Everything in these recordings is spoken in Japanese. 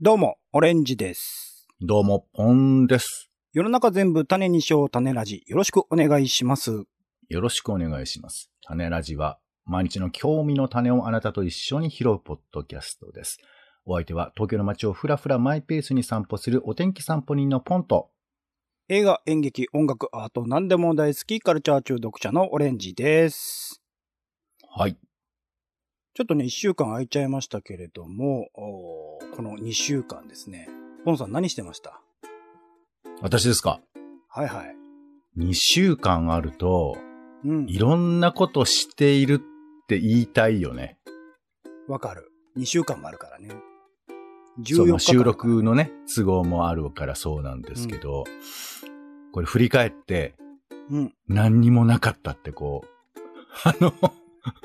どうも、オレンジです。 どうも、ポンです。 世の中全部種にしよう種ラジ。よろしくお願いします。 よろしくお願いします。種ラジは、毎日の興味の種をあなたと一緒に拾うポッドキャストです。お相手は、東京の街をふらふらマイペースに散歩するお天気散歩人のポンと、 映画、演劇、音楽、アート、何でも大好き、カルチャー中毒者のオレンジです。 はい。 ちょっとね、1週間空いちゃいましたけれども、この2週間ですね。ポンさん何してました？ 私ですか？ はいはい。 2週間あると、 うん。 いろんなことしているって言いたいよね。 わかる。2週間もあるからね。14日そう、 間、 収録のね、都合もあるからそうなんですけど、これ振り返って、何にもなかったってこう、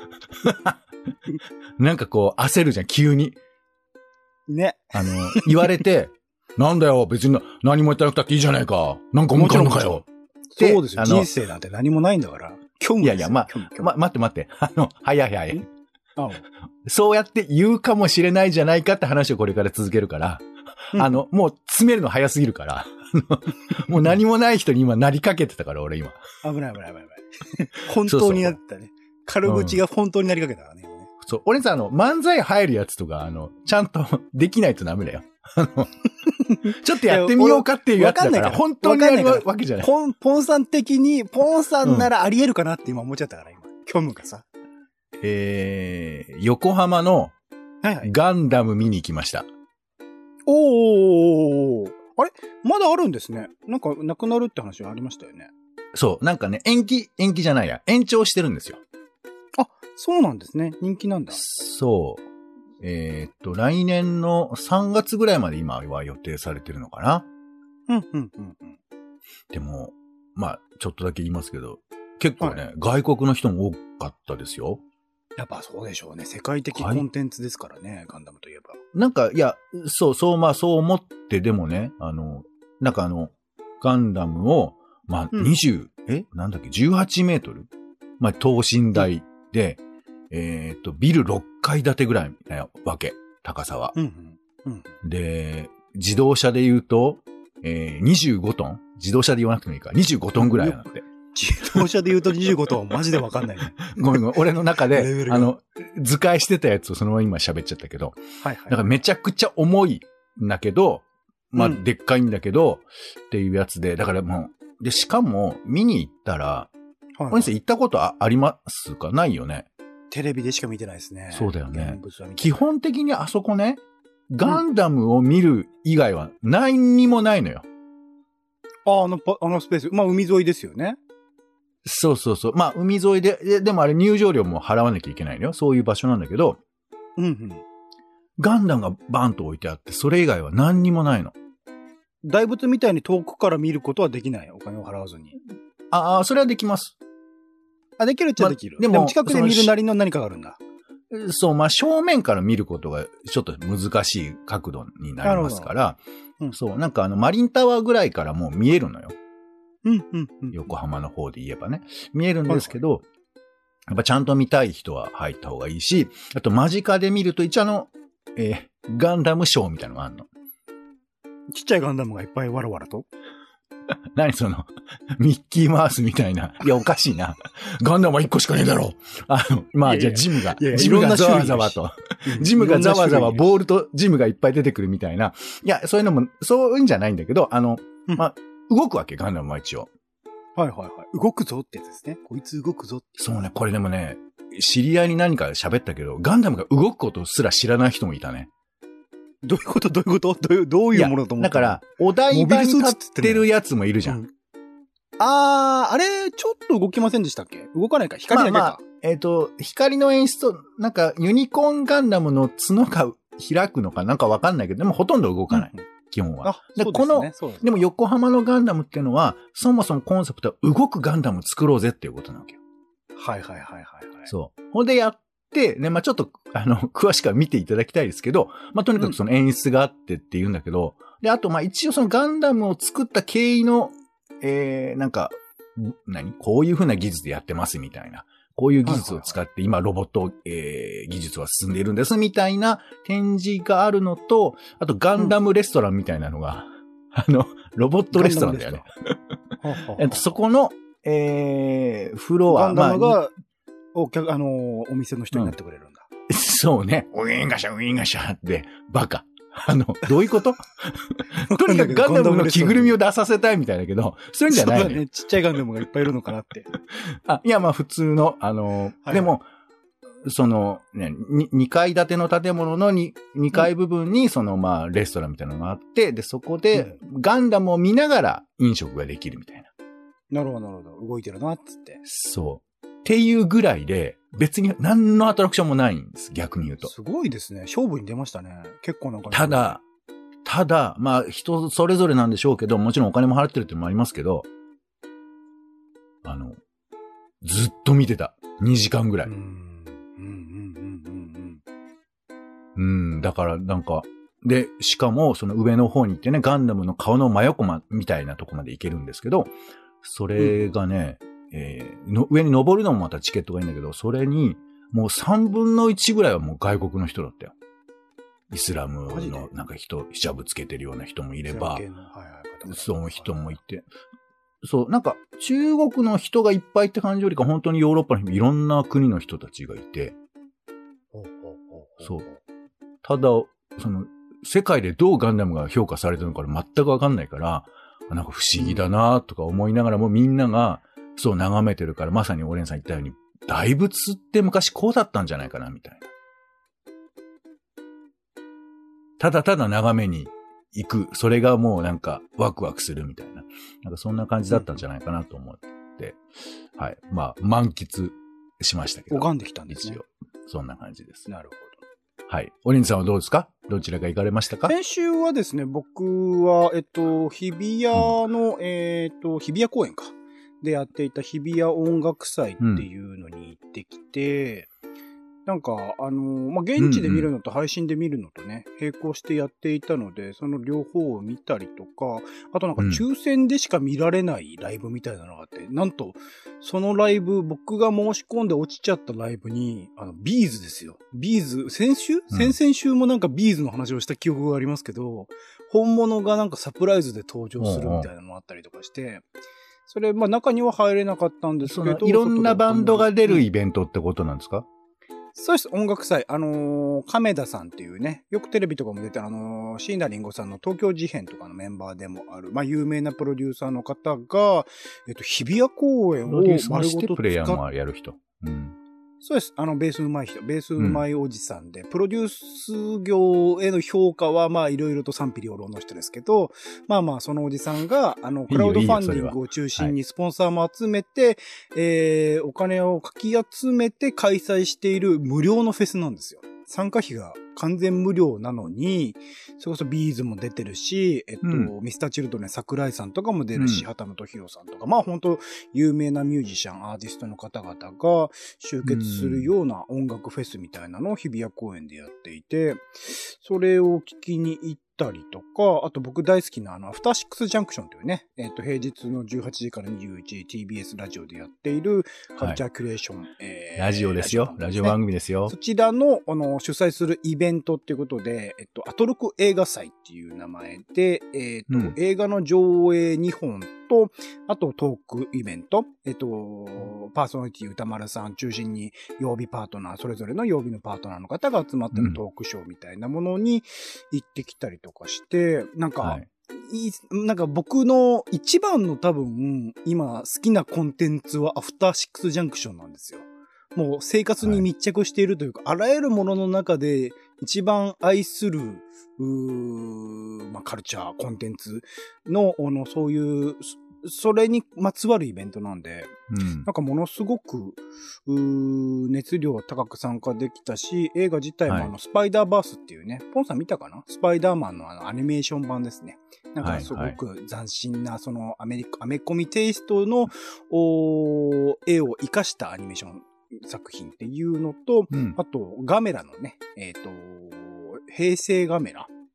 なんかこう焦るじゃん、急に。 ね。 言われて、なんだよ、別に何もやってなくたっていいじゃないか。なんか思ってんのかよ。 そうですよ。人生なんて何もないんだから。 いやいや、待って。早い。 ああそうやって言うかもしれないじゃないかって話をこれから続けるから、もう詰めるの早すぎるから、もう何もない人に今なりかけてたから、俺今。 危ない。本当になったね。軽口が本当になりかけたからね。 そう、俺さ、漫才入るやつとか、ちゃんとできないとダメだよ。ちょっとやってみようかっていうやつだから、本当にやるわけじゃない。 ポンさん的に、ポンさんならあり得るかなって今思っちゃったから、今。虚無がさ。 横浜のガンダム見に行きました。 おー。あれまだあるんですね。なんか、なくなるって話ありましたよね。 そう、なんかね、延期じゃないや。延長してるんですよ。 あ、そうなんですね。人気なんだ。 そう。来年の3月ぐらいまで今は予定されてるのかな。でも、まあ、ちょっとだけ言いますけど、結構ね、外国の人も多かったですよ。 やっぱそうでしょうね。世界的コンテンツですからね、ガンダムといえば。 なんか、いや、そう思って、でもね、なんかガンダムを、まあ、18メートル？まあ、等身大で、ビル6階建てぐらいなわけ、高さは。で、自動車で言うと、25トン？自動車で言わなくてもいいか。25トンぐらいなんで。 自動車で言うと25トンマジでわかんないね。 ごめん、俺の中で、図解してたやつをそのまま今喋っちゃったけど。だからめちゃくちゃ重いんだけど、まあ、でっかいんだけど、っていうやつで、だからもう、で、しかも、見に行ったら、お兄さん行ったことありますか？ないよね。 テレビでしか見てないですね。 そうだよね。基本的にあそこね、ガンダムを見る以外は何にもないのよ。 あのスペース。まあ、海沿いですよね。 そう。まあ、海沿いで、でもあれ入場料も払わなきゃいけないのよ。そういう場所なんだけど、ガンダムがバーンと置いてあって、それ以外は何にもないの。 大仏みたいに遠くから見ることはできない。お金を払わずに。 ああ、それはできます。 できるっちゃできる。でも近くで見るなりの何かがあるんだ。 そう、まあ、正面から見ることがちょっと難しい角度になりますから、そう、なんかマリンタワーぐらいからもう見えるのよ。横浜の方で言えばね。見えるんですけど、やっぱちゃんと見たい人は入った方がいいし、あと間近で見ると一応ガンダムショーみたいなのがあるの。 ちっちゃいガンダムがいっぱいわらわらと何その、ミッキーマウスみたいな。いや、おかしいな。ガンダムは1個しかねえだろ。まあ、じゃあジムがざわざわと。ジムがざわざわ、ボールとジムがいっぱい出てくるみたいな。いや、そういうのも、そういうんじゃないんだけど、まあ、動くわけ、ガンダムは一応。 動くぞってやつですね。こいつ動くぞって。 そうね、これでもね、知り合いに何か喋ったけど、ガンダムが動くことすら知らない人もいたね。 どういうことどういうものだと思う？ だから、お台場に立ってるやつもいるじゃん。 あれ、ちょっと動きませんでしたっけ？動かないか、光だけか。 まあ、光の演出と、なんか、ユニコーンガンダムの角が開くのかなんかわかんないけど、でもほとんど動かない。基本は。でも横浜のガンダムっていうのは、そもそもコンセプトは動くガンダム作ろうぜっていうことなわけよ。そう。ほんでやって、ね、まあちょっと、詳しくは見ていただきたいですけど、まあとにかくその演出があってって言うんだけど、で、あとまあ一応そのガンダムを作った経緯の、なんか、こういう風な技術でやってますみたいなこういう技術を使って今ロボット、技術は進んでいるんですみたいな展示があるのと、あとガンダムレストランみたいなのが、ロボットレストランだよね。そこの、フロア。 ガンダムが、お店の人になってくれるんだ。 そうね。ウィーンガシャ、ウィーンガシャって、バカ。どういうこととにかくガンダムの着ぐるみを出させたいみたいだけど、そういうんじゃないね。 そうだね。ちっちゃいガンダムがいっぱいいるのかなって。 いや、まあ普通の、でも、2階建ての建物の 2階部分に、レストランみたいなのがあって、で、そこで、ガンダムを見ながら飲食ができるみたいな。 なるほど、なるほど。動いてるな、つって。 そう。っていうぐらいで、別に何のアトラクションもないんです、逆に言うと。 すごいですね。勝負に出ましたね。結構なんか。 ただ、まあ、人それぞれなんでしょうけど、もちろんお金も払ってるってのもありますけど、ずっと見てた。2時間ぐらい。だからなんか、で、しかもその上の方に行ってね、ガンダムの顔の真横みたいなとこまで行けるんですけど、それがね、上に登るのもまたチケットがいいんだけど、それに、もう3分の1ぐらいはもう外国の人だったよ。イスラムのなんかヒジャブつけてるような人もいれば、そう人もいて。そう、なんか中国の人がいっぱいって感じよりか本当にヨーロッパのいろんな国の人たちがいて、そう。ただ、世界でどうガンダムが評価されてるのか全くわかんないから、なんか不思議だなとか思いながらもみんながそう眺めてるから、まさにオレンさん言ったように、大仏って昔こうだったんじゃないかなみたいな。ただただ眺めに行く。それがもうなんかワクワクするみたいな。なんかそんな感じだったんじゃないかなと思って、はい。まあ、満喫しましたけど。 拝んできたんですよ。 そんな感じです。 なるほど。 はい。オレンジさんはどうですか？どちらか行かれましたか？ 先週はですね、僕は、日比谷の、日比谷公園か。でやっていた日比谷音楽祭っていうのに行ってきて、なんか、現地で見るのと配信で見るのとね、並行してやっていたので、その両方を見たりとか、あとなんか抽選でしか見られないライブみたいなのがあって、なんと、そのライブ、僕が申し込んで落ちちゃったライブに、ビーズですよ。ビーズ、先々週もなんかビーズの話をした記憶がありますけど、本物がなんかサプライズで登場するみたいなのがあったりとかして、それ、中には入れなかったんですけど。 いろんなバンドが出るイベントってことなんですか？ そうです。音楽祭。亀田さんっていうね、よくテレビとかも出てる椎名林檎さんの東京事変とかのメンバーでもある、有名なプロデューサーの方が、日比谷公園を丸ごとプレイヤーもやる人。 そうです。ベース上手い人。ベース上手いおじさんで、プロデュース業への評価は、いろいろと賛否両論の人ですけど、そのおじさんが、クラウドファンディングを中心にスポンサーも集めて、お金をかき集めて開催している無料のフェスなんですよ。参加費が完全無料なのに、それこそビーズも出てるし、ミスターチルドレン桜井さんとかも出るし、畑本博さんとか、本当有名なミュージシャン、アーティストの方々が集結するような音楽フェスみたいなのを日比谷公園でやっていて、それを聞きに行ったりとか、あと僕大好きなアフターシックスジャンクションというね、平日の18時から21時 TBS ラジオでやっているカルチャーキュレーション、 ラジオですよ。ラジオ番組ですよ。 そちらの、主催するイベントっていうことで、アトロク映画祭っていう名前で、映画の上映2本と、あとトークイベント、パーソナリティ歌丸さん中心に曜日パートナー、それぞれの曜日のパートナーの方が集まってるトークショーみたいなものに行ってきたりとかして、なんか、なんか僕の一番の多分、今好きなコンテンツはアフターシックスジャンクションなんですよ。もう生活に密着しているというか、あらゆるものの中で一番愛する、カルチャー、コンテンツの、そういう、それにまつわるイベントなんで、なんかものすごく、熱量高く参加できたし、映画自体もスパイダーバースっていうね、ポンさん見たかな？スパイダーマンのアニメーション版ですね。なんかすごく斬新な、アメコミテイストの、絵を活かしたアニメーション作品っていうのと、あと、ガメラのね、平成ガメラ。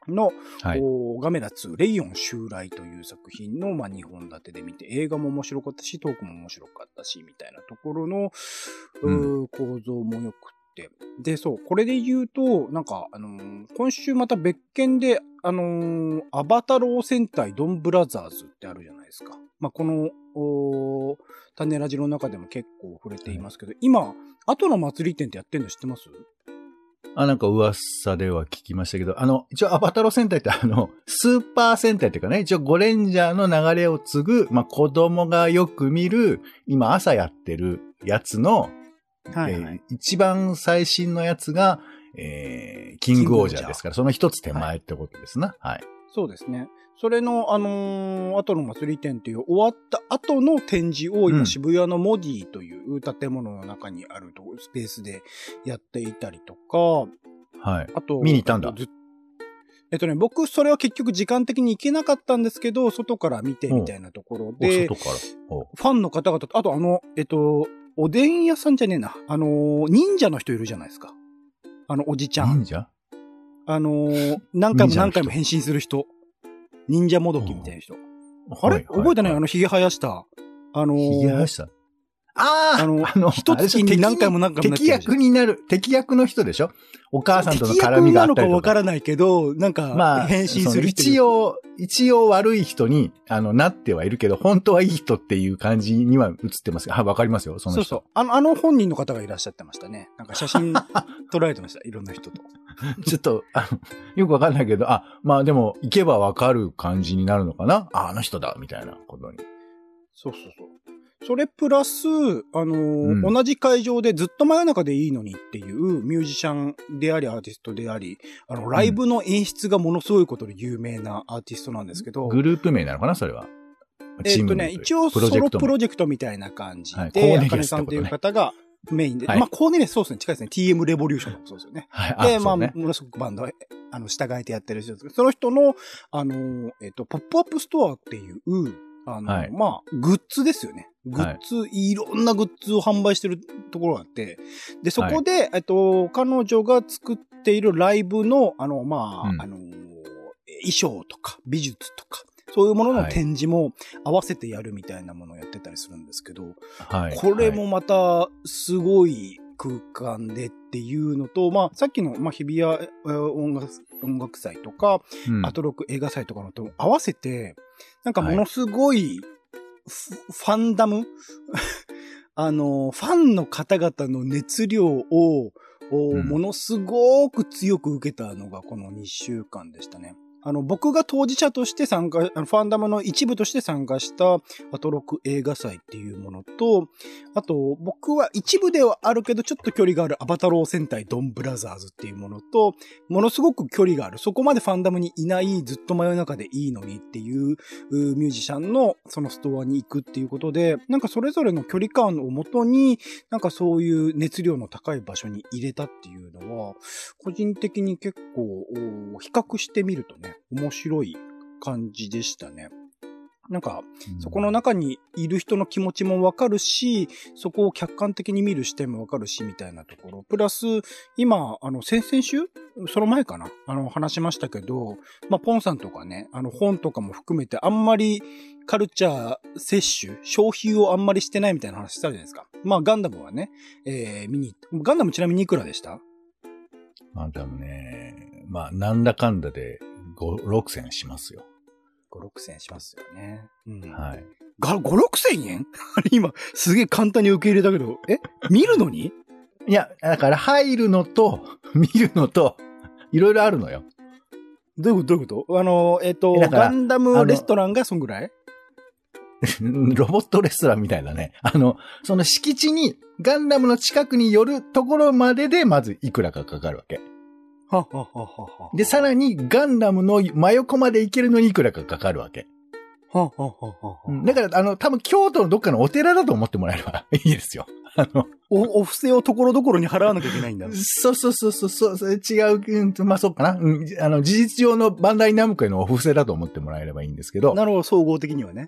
の、 はい、 ガメラ2、レイオン襲来という作品の、2本立てで見て、映画も面白かったし、トークも面白かったし、みたいなところの、構造も良くて。で、そう、これで言うと、なんか、今週また別件で、アバタロー戦隊ドンブラザーズってあるじゃないですか。この、種ラジの中でも結構触れていますけど、今、後の祭り展ってやってんの知ってます？ なんか噂では聞きましたけど、一応アバタロー戦隊ってスーパー戦隊っていうかね、一応ゴレンジャーの流れを継ぐ、子供がよく見る、今朝やってるやつの、一番最新のやつが、キングオージャーですから、その一つ手前ってことですな。はい。 そうですね。それの、後の祭り展っていう終わった後の展示を今渋谷のモディという建物の中にあるスペースでやっていたりとか、 はい。 あと、 見に行ったんだ。 僕それは結局時間的に行けなかったんですけど、外から見てみたいなところで、 外から。 ファンの方々と、あとおでん屋さんじゃねえな、忍者の人いるじゃないですか。おじちゃん。 忍者？ 何回も変身する人。忍者もどきみたいな人。あれ、覚えてない？髭生やした。 髭生やした。 一月に何回も敵役になる、敵役の人でしょ？お母さんとの絡みがあったりとか。敵役なのかわからないけど、変身する人。一応悪い人に、なってはいるけど、本当はいい人っていう感じには映ってますが、わかりますよ、その人。 そうそう。本人の方がいらっしゃってましたね。写真撮られてました。いろんな人と。 ちょっと、よくわかんないけど、でも、行けばわかる感じになるのかな？あの人だ、みたいなことに。 そう。それプラス、同じ会場でずっと真夜中でいいのにっていうミュージシャンでありアーティストであり、ライブの演出がものすごいことで有名なアーティストなんですけど。 グループ名なのかなそれは。 一応ソロプロジェクトみたいな感じで、あかねさんという方がメインで、コーネリアスそうですね、近いですね。TM レボリューションもそうですよね。で、ものすごくバンド、従えてやってる人ですけど、その人の、ポップアップストアっていう、グッズですよね。グッズ、いろんなグッズを販売してるところがあって、で、そこで、彼女が作っているライブの、衣装とか、美術とか、そういうものの展示も合わせてやるみたいなものをやってたりするんですけど、これもまた、すごい空間でっていうのと、さっきの、日比谷音楽祭とか、アトロク映画祭とかのと合わせて、ものすごい、ファンダムファンの方々の熱量を、ものすごく強く受けたのがこの2週間でしたね。僕が当事者としてファンダムの一部として参加したアトロク映画祭っていうものと、あと、僕は一部ではあるけど、ちょっと距離があるアバタロー戦隊ドンブラザーズっていうものと、ものすごく距離がある、そこまでファンダムにいないずっと真夜中でいいのにっていうミュージシャンのそのストアに行くっていうことで、それぞれの距離感をもとに、そういう熱量の高い場所に入れたっていうのは、個人的に結構、比較してみるとね、面白い感じでしたね。そこの中にいる人の気持ちもわかるし、そこを客観的に見る視点もわかるし、みたいなところ。プラス、今、先々週その前かな話しましたけど、ポンさんとかね、本とかも含めてあんまりカルチャー摂取、消費をあんまりしてないみたいな話したじゃないですか。ガンダムはね、ガンダムちなみにいくらでした？ ガンダムね、なんだかんだで5、6千しますよ。 5、6千しますよね。 はい。 5、6千円今、すげえ簡単に受け入れたけど、見るのに？ いや、だから入るのと、見るのと、いろいろあるのよ。 どういうことガンダムレストランがそんぐらい？ ロボットレストランみたいだね。その敷地に、ガンダムの近くに寄るところまでで、まずいくらかかかるわけ。で、さらにガンダムの真横まで行けるのにいくらかかかるわけ。だから多分京都のどっかのお寺だと思ってもらえればいいですよ。 お布施をところどころに払わなきゃいけないんだ。 そう、それ違う、そうかな。事実上のバンダイナムコへのお布施だと思ってもらえればいいんですけど。 なるほど、総合的にはね。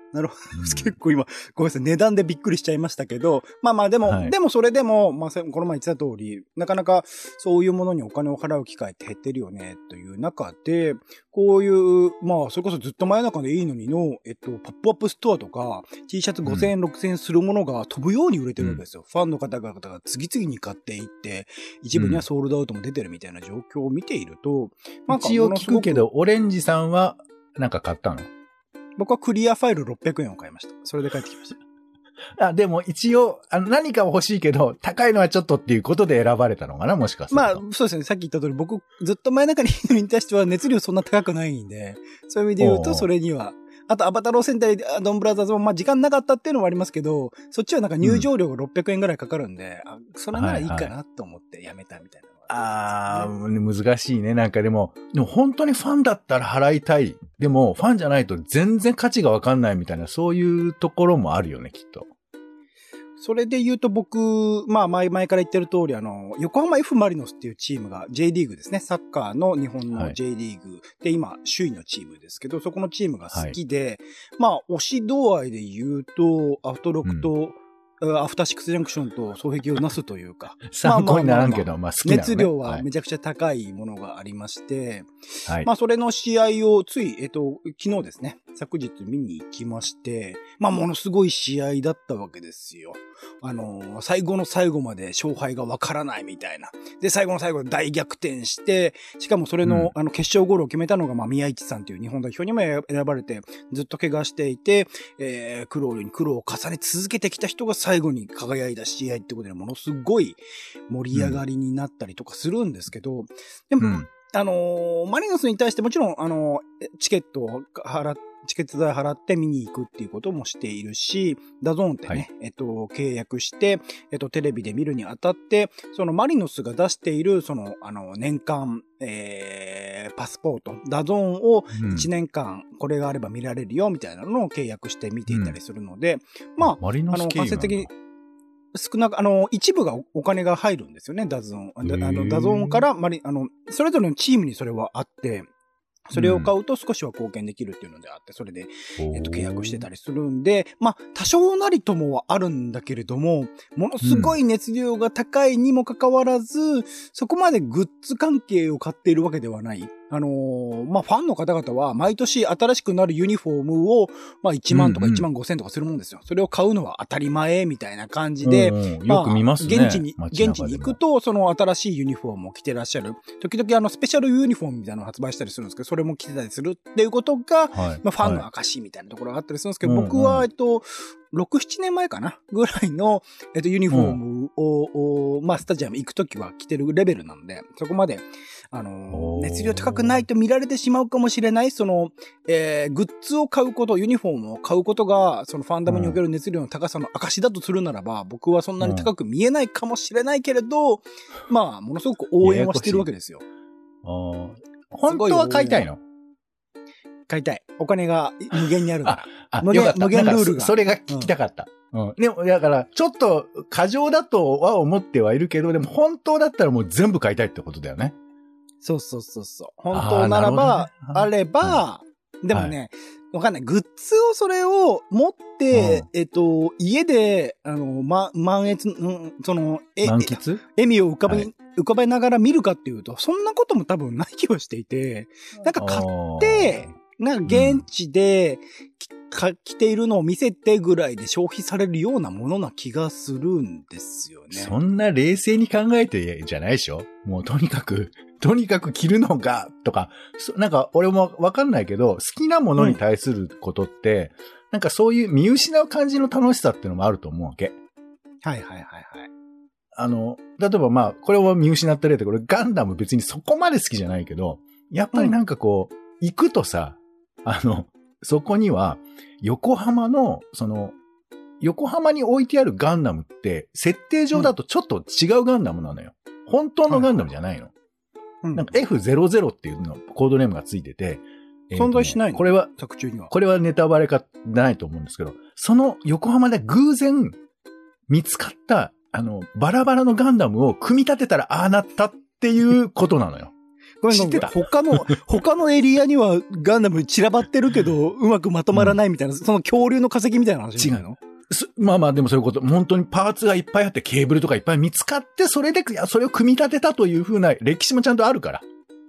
なるほど。結構今、ごめんなさい、値段でびっくりしちゃいましたけど、まあでも、はい、でもそれでも、まあ、この前言ってた通り、なかなかそういうものにお金を払う機会って減ってるよね、という中で、こういう、まあ、それこそずっと真夜中でいいのにの、ポップアップストアとか、T シャツ5000円、6000円するものが飛ぶように売れてるわけですよ。ファンの方々が次々に買っていって、一部にはソールドアウトも出てるみたいな状況を見ていると、 一応聞くけど、オレンジさんは、なんか買ったの？ 僕はクリアファイル600円を買いました。それで帰ってきました。 でも一応、何かは欲しいけど、高いのはちょっとっていうことで選ばれたのかな、もしかすると。 まあ、そうですね。さっき言った通り、僕、ずっと前中にいるのに対しては熱量そんな高くないんで、そういう意味で言うと、それには、あと、アバタロー戦隊ドンブラザーズも、まあ、時間なかったっていうのもありますけど、そっちはなんか入場料が600円ぐらいかかるんで、それならいいかなと思ってやめたみたいな。 難しいね。なんかでも本当にファンだったら払いたい。でも、ファンじゃないと全然価値がわかんないみたいな、そういうところもあるよね、きっと。 それで言うと僕、まあ前から言ってる通り、横浜 F マリノスっていうチームが J リーグですね。サッカーの日本の J リーグで今、首位のチームですけど、そこのチームが好きで、まあ推し度合いで言うと、アフトロクと、アフターシックスジャンクションと双璧をなすというか。 参考にならんけど、まあ好きなのね。 熱量はめちゃくちゃ高いものがありまして、はい、まあそれの試合をつい、昨日ですね、昨日見に行きまして、まあものすごい試合だったわけですよ。最後の最後まで勝敗がわからないみたいな。で、最後の最後で大逆転して、しかもそれの、決勝ゴールを決めたのが、まあ宮市さんという日本代表にも選ばれて、ずっと怪我していて、苦労に苦労を重ね続けてきた人が最後に輝いた試合ってことでものすごい盛り上がりになったりとかするんですけど、でも、マリノスに対してもちろん、チケット代払って見に行くっていうこともしているし、ダゾーンってね、はい、契約して、テレビで見るにあたって、そのマリノスが出している、年間、パスポート、ダゾーンを1年間、これがあれば見られるよ、みたいなのを契約して見ていたりするので、まあ、間接的に、一部がお金が入るんですよね、ダゾーン。ダゾーンからそれぞれのチームにそれはあって、それを買うと少しは貢献できるっていうのであって、それで、契約してたりするんで、まあ、多少なりともはあるんだけれども、ものすごい熱量が高いにもかかわらず、そこまでグッズ関係を買っているわけではない。まあ、ファンの方々は毎年新しくなるユニフォームを、まあ、1万とか1万5千とかするもんですよ。それを買うのは当たり前みたいな感じで、 よく見ますね。 現地に行くと、その新しいユニフォームを着てらっしゃる。時々スペシャルユニフォームみたいなのを発売したりするんですけど、それも着てたりするっていうことが、まあ、ファンの証みたいなところがあったりするんですけど、僕は、6、7年前かなぐらいの、ユニフォームを、まあ、スタジアム行くときは着てるレベルなので、そこまで、熱量高くないと見られてしまうかもしれない、グッズを買うこと、ユニフォームを買うことが、そのファンダムにおける熱量の高さの証だとするならば、僕はそんなに高く見えないかもしれないけれど、まあ、ものすごく応援はしてるわけですよ。 本当は買いたいの？ 買いたい。お金が無限にあるから。 無限ルールが。それが聞きたかった。でも、だから、ちょっと過剰だとは思ってはいるけど、でも本当だったらもう全部買いたいってことだよね。 そう。本当ならば、あれば、でもね、わかんない。グッズをそれを持って、家で、満悦、笑みを浮かべながら見るかっていうと、そんなことも多分ない気はしていて、なんか買って、なんか現地で着ているのを見せてぐらいで消費されるようなものな気がするんですよね。 そんな冷静に考えてじゃないでしょ？もうとにかく着るのが、とか、なんか俺もわかんないけど、好きなものに対することって、なんかそういう見失う感じの楽しさっていうのもあると思うわけ。 はい。 例えばまあ、これは見失った例で、これガンダム別にそこまで好きじゃないけど、やっぱりなんかこう、行くとさ、そこには、横浜に置いてあるガンダムって、設定上だとちょっと違うガンダムなのよ。本当のガンダムじゃないの。なんか F00 っていうのコードネームがついてて、 存在しないの？ これは、 作中には。 これはネタバレかないと思うんですけど、その横浜で偶然見つかった、バラバラのガンダムを組み立てたらああなったっていうことなのよ。 知ってた？ 他のエリアにはガンダム散らばってるけど、うまくまとまらないみたいな、その恐竜の化石みたいな話じゃないの？ まあまあ、でもそういうこと。本当にパーツがいっぱいあって、ケーブルとかいっぱい見つかって、それを組み立てたという風な歴史もちゃんとあるから。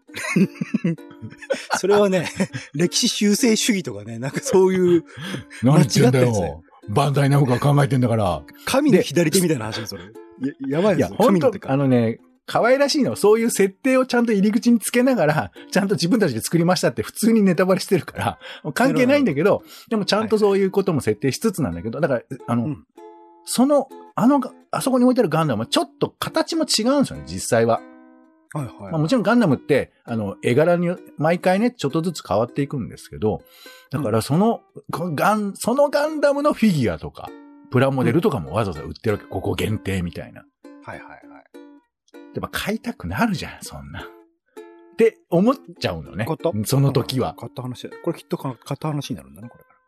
それはね、歴史修正主義とかね、なんかそういう、 間違ったやつね。バンダイナムコが考えてんだから。 神の左手みたいな話ね、それ。やばいですよ。 いや、本当可愛らしいのは、そういう設定をちゃんと入り口につけながら、ちゃんと自分たちで作りましたって普通にネタバレしてるから、関係ないんだけど、でもちゃんとそういうことも設定しつつなんだけど、だから、あそこに置いてあるガンダムはちょっと形も違うんですよね、実際は。 はいはい。 まあもちろんガンダムって、絵柄に毎回ね、ちょっとずつ変わっていくんですけど、だからそのガンダムのフィギュアとか、プラモデルとかもわざわざ売ってるわけ、ここ限定みたいな。 はいはいはい。 やっぱ買いたくなるじゃん、そんな。って思っちゃうのね。その時は。 買った話だ。これきっと買った話になるんだな、これから。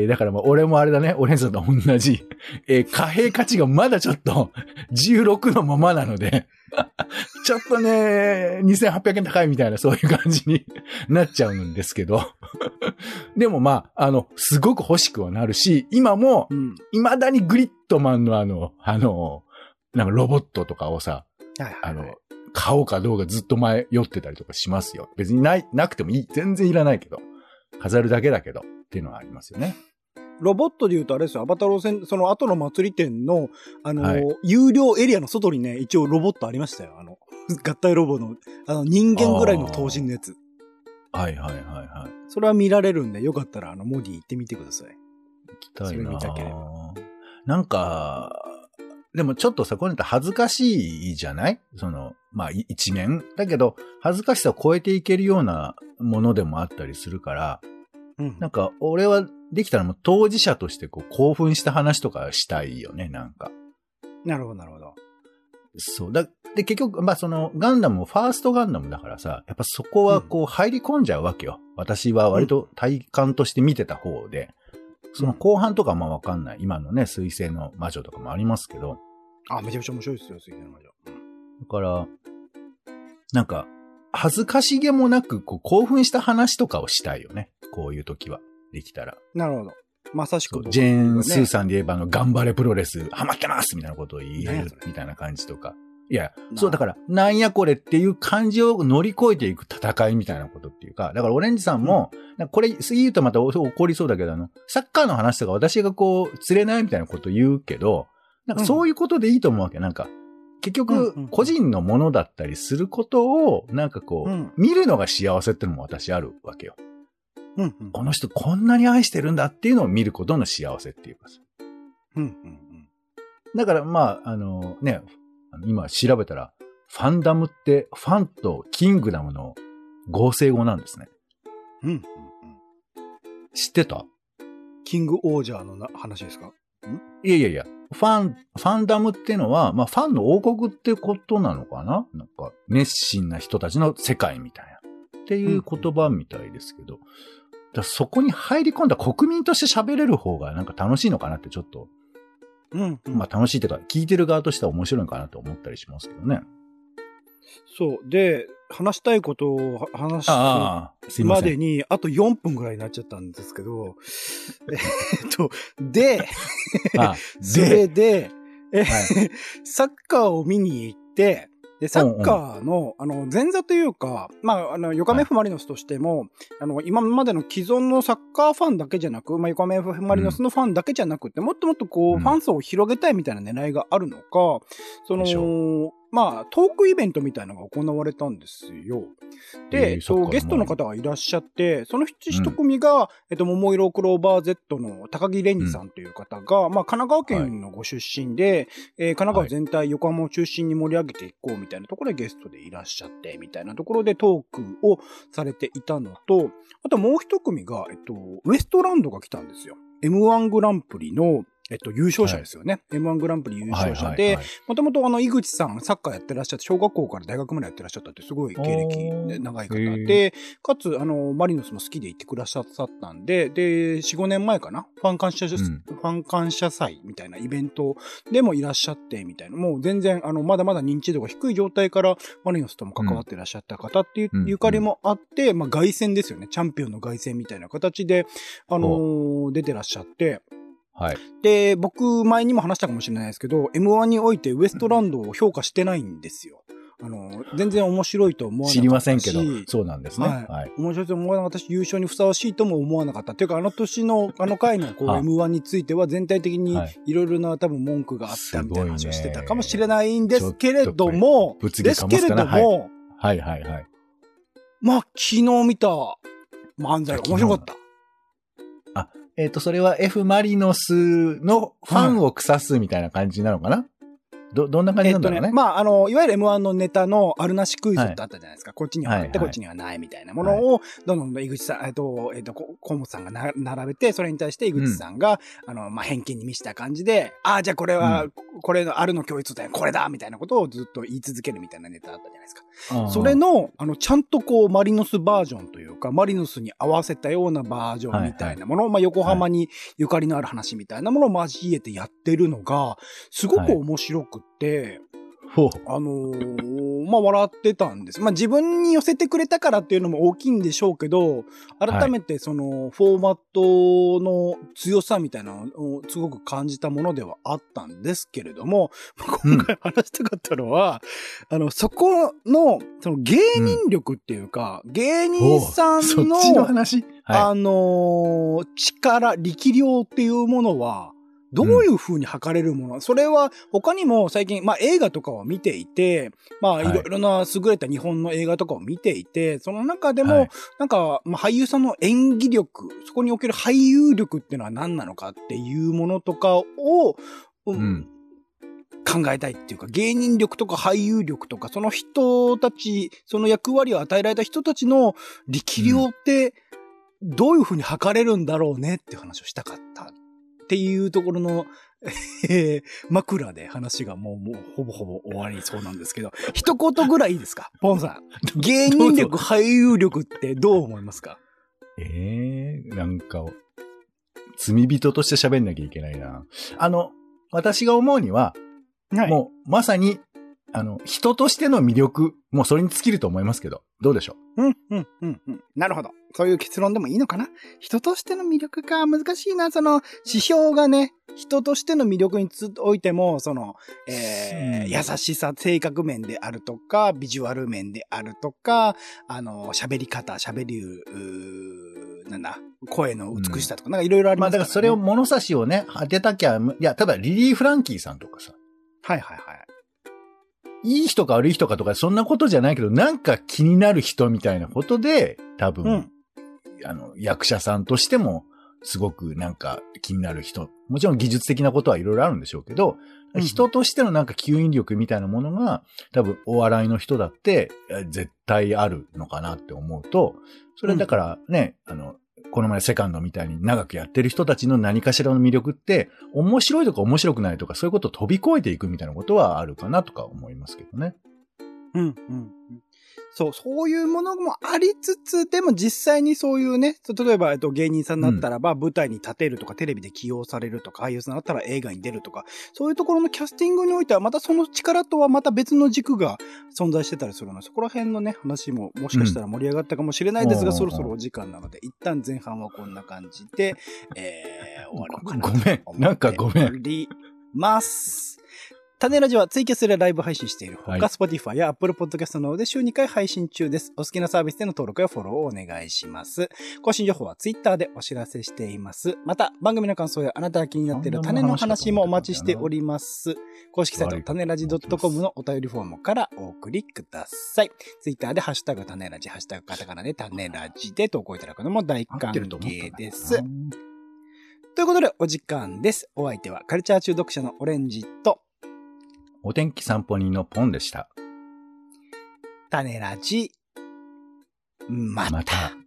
だからもう俺もあれだね、オレンジさんと同じ、貨幣価値がまだちょっと16のままなので、ちょっとね、2800円高いみたいなそういう感じになっちゃうんですけど。でもまあ、すごく欲しくはなるし、今も、未だにグリッドマンのなんかロボットとかをさ、買おうかどうかずっと迷ってたりとかしますよ。別になくてもいい。全然いらないけど。飾るだけだけど。っていうのはありますよね。 ロボットで言うとあれですよ、アバタロー戦、その後の祭り店の、有料エリアの外にね、一応ロボットありましたよ。合体ロボの、人間ぐらいの頭身のやつ。 はいはいはいはい。 それは見られるんで、よかったらモディ行ってみてください。 行きたいな。それ見たければ。 なんか、でもちょっとさ、こういうのって恥ずかしいじゃない？まあ一面。だけど、恥ずかしさを超えていけるようなものでもあったりするから、なんか、俺はできたらもう当事者として興奮した話とかしたいよね、なんか。 なるほど、なるほど。 そう。で、結局、まあガンダムもファーストガンダムだからさ、やっぱそこは入り込んじゃうわけよ。私は割と体感として見てた方で、その後半とかまあわかんない。今のね、水星の魔女とかもありますけど。 めちゃめちゃ面白いですよ、水星の魔女。 だから、なんか、恥ずかしげもなく、興奮した話とかをしたいよね。こういう時は。できたら。 なるほど。まさしく、 ジェーン・スーさんで言えば頑張れプロレス、ハマってますみたいなことを言えるみたいな感じとか。いや、そうだから、なんやこれっていう感じを乗り越えていく戦いみたいなことっていうか、だからオレンジさんも、これ、次言うとまた怒りそうだけど、サッカーの話とか私が釣れないみたいなこと言うけど、なんかそういうことでいいと思うわけ。なんか、結局、個人のものだったりすることを、なんか見るのが幸せってのも私あるわけよ。この人こんなに愛してるんだっていうのを見ることの幸せっていうかさ。だからまあ、ね、今調べたら、ファンダムってファンとキングダムの合成語なんですね。知ってた？ キングオージャーの話ですか？ いや。ファンダムっていうのは、まあ、ファンの王国ってことなのかな？なんか、熱心な人たちの世界みたいな。っていう言葉みたいですけど、そこに入り込んだ国民として喋れる方がなんか楽しいのかなってちょっと、まあ楽しいっていうか、聞いてる側としては面白いのかなと思ったりしますけどね。そう。 で、話したいことを話すまでに、あと4分ぐらいになっちゃったんですけど、で、それで、サッカーを見に行って、で、サッカーの、前座というか、まあ、横浜 F マリノスとしても、今までの既存のサッカーファンだけじゃなく、まあ、横浜 F マリノスのファンだけじゃなくて、もっともっとファン層を広げたいみたいな狙いがあるのか、まあ、トークイベントみたいなのが行われたんですよ。で、ゲストの方がいらっしゃって、その一組が、桃色クローバー Z の高木蓮司さんという方が、まあ、神奈川県のご出身で、神奈川全体、横浜を中心に盛り上げていこうみたいなところでゲストでいらっしゃって、みたいなところでトークをされていたのと、あともう一組が、ウエストランドが来たんですよ。M1 グランプリの、 優勝者ですよね。はい、M1 グランプリ優勝者で、もともと井口さん、サッカーやってらっしゃって、小学校から大学までやってらっしゃったって、すごい経歴長い方で、かつ、マリノスも好きで行ってくださったんで、4、5年前かな、ファン感謝祭みたいなイベントでもいらっしゃって、みたいな、もう全然、まだまだ認知度が低い状態から、マリノスとも関わってらっしゃった方っていうゆかりもあって、まあ、凱旋ですよね。チャンピオンの凱旋みたいな形で、出てらっしゃって、 はい。 で、僕、前にも話したかもしれないですけど、M1 においてウエストランドを評価してないんですよ。全然面白いと思わなかったし。 知りませんけど、そうなんですね。 はい。面白いと思わなかったし、優勝にふさわしいとも思わなかった。っていうか、年の、回のM1 については全体的にいろいろな多分文句があったみたいな話をしてたかもしれないんですけれども、 はい。 まあ、昨日見た漫才が面白かった。 それは F マリノスのファンを腐すみたいな感じなのかな、どんな感じなんだろうね。 まあ、いわゆる M1 のネタのあるなしクイズってあったじゃないですか。こっちにはあって、こっちにはないみたいなものを、どんどん井口さん、河本さんが並べて、それに対して井口さんが、まあ、偏見に満ちた感じで、じゃあこれは、これのあるの教育だよ、これだみたいなことをずっと言い続けるみたいなネタあったじゃないですか。それの、ちゃんとマリノスバージョンというか、マリノスに合わせたようなバージョンみたいなもの、まあ、横浜にゆかりのある話みたいなものを交えてやってるのが、すごく面白くって、まあ、笑ってたんです。まあ、自分に寄せてくれたからっていうのも大きいんでしょうけど、改めてフォーマットの強さみたいなのをすごく感じたものではあったんですけれども、今回話したかったのは、そこの、芸人力っていうか、芸人さんの、 そっちの話、 力、力量っていうものは、どういう風に測れるもの、それは他にも最近、まあ映画とかを見ていて、まあいろいろな優れた日本の映画とかを見ていて、その中でも、なんか、まあ俳優さんの演技力、そこにおける俳優力っていうのは何なのかっていうものとかを、考えたいっていうか、芸人力とか俳優力とか、その人たち、その役割を与えられた人たちの力量って、どういう風に測れるんだろうねっていう話をしたかった。っていうところの、枕で話がもうほぼほぼ終わりそうなんですけど、一言ぐらいいいですかポンさん。芸人力、俳優力ってどう思いますか？ なんか、罪人として喋んなきゃいけないな。私が思うには、もう、まさに、人としての魅力、もうそれに尽きると思いますけど、どうでしょう？ なるほど。そういう結論でもいいのかな？人としての魅力か、難しいな。指標がね、人としての魅力においても、優しさ、性格面であるとか、ビジュアル面であるとか、喋り方、声の美しさとか、なんかいろいろありますからね。 まあだからそれを物差しをね、当てたきゃ、いや、例えばリリー・フランキーさんとかさ。いい人か悪い人かとか、そんなことじゃないけど、なんか気になる人みたいなことで、多分、役者さんとしても、すごくなんか気になる人。もちろん技術的なことはいろいろあるんでしょうけど、人としてのなんか吸引力みたいなものが、多分お笑いの人だって、絶対あるのかなって思うと、それだからね、この前セカンドみたいに長くやってる人たちの何かしらの魅力って、面白いとか面白くないとか、そういうことを飛び越えていくみたいなことはあるかなとか思いますけどね。 そういうものもありつつ、でも実際にそういうね、例えば、芸人さんだったらば舞台に立てるとか、テレビで起用されるとか、俳優さんだったら映画に出るとか、そういうところのキャスティングにおいては、またその力とはまた別の軸が存在してたりするので、そこら辺のね、話ももしかしたら盛り上がったかもしれないですが、そろそろお時間なので、一旦前半はこんな感じで、終わろうかなと思っております。種ラジはツイキャスでライブ配信しているほか、Spotify や Apple Podcast などで週2回配信中です。お好きなサービスでの登録やフォローをお願いします。更新情報は Twitter でお知らせしています。また、番組の感想やあなたが気になっている種の話もお待ちしております。公式サイト、種ラジ .com のお便りフォームからお送りください。Twitter でハッシュタグ種ラジ、ハッシュタグカタカナで種ラジで投稿いただくのも大歓迎です。ということで、お時間です。お相手はカルチャー中毒者のオレンジと、 お天気散歩人のポンでした。 種ラジ、また。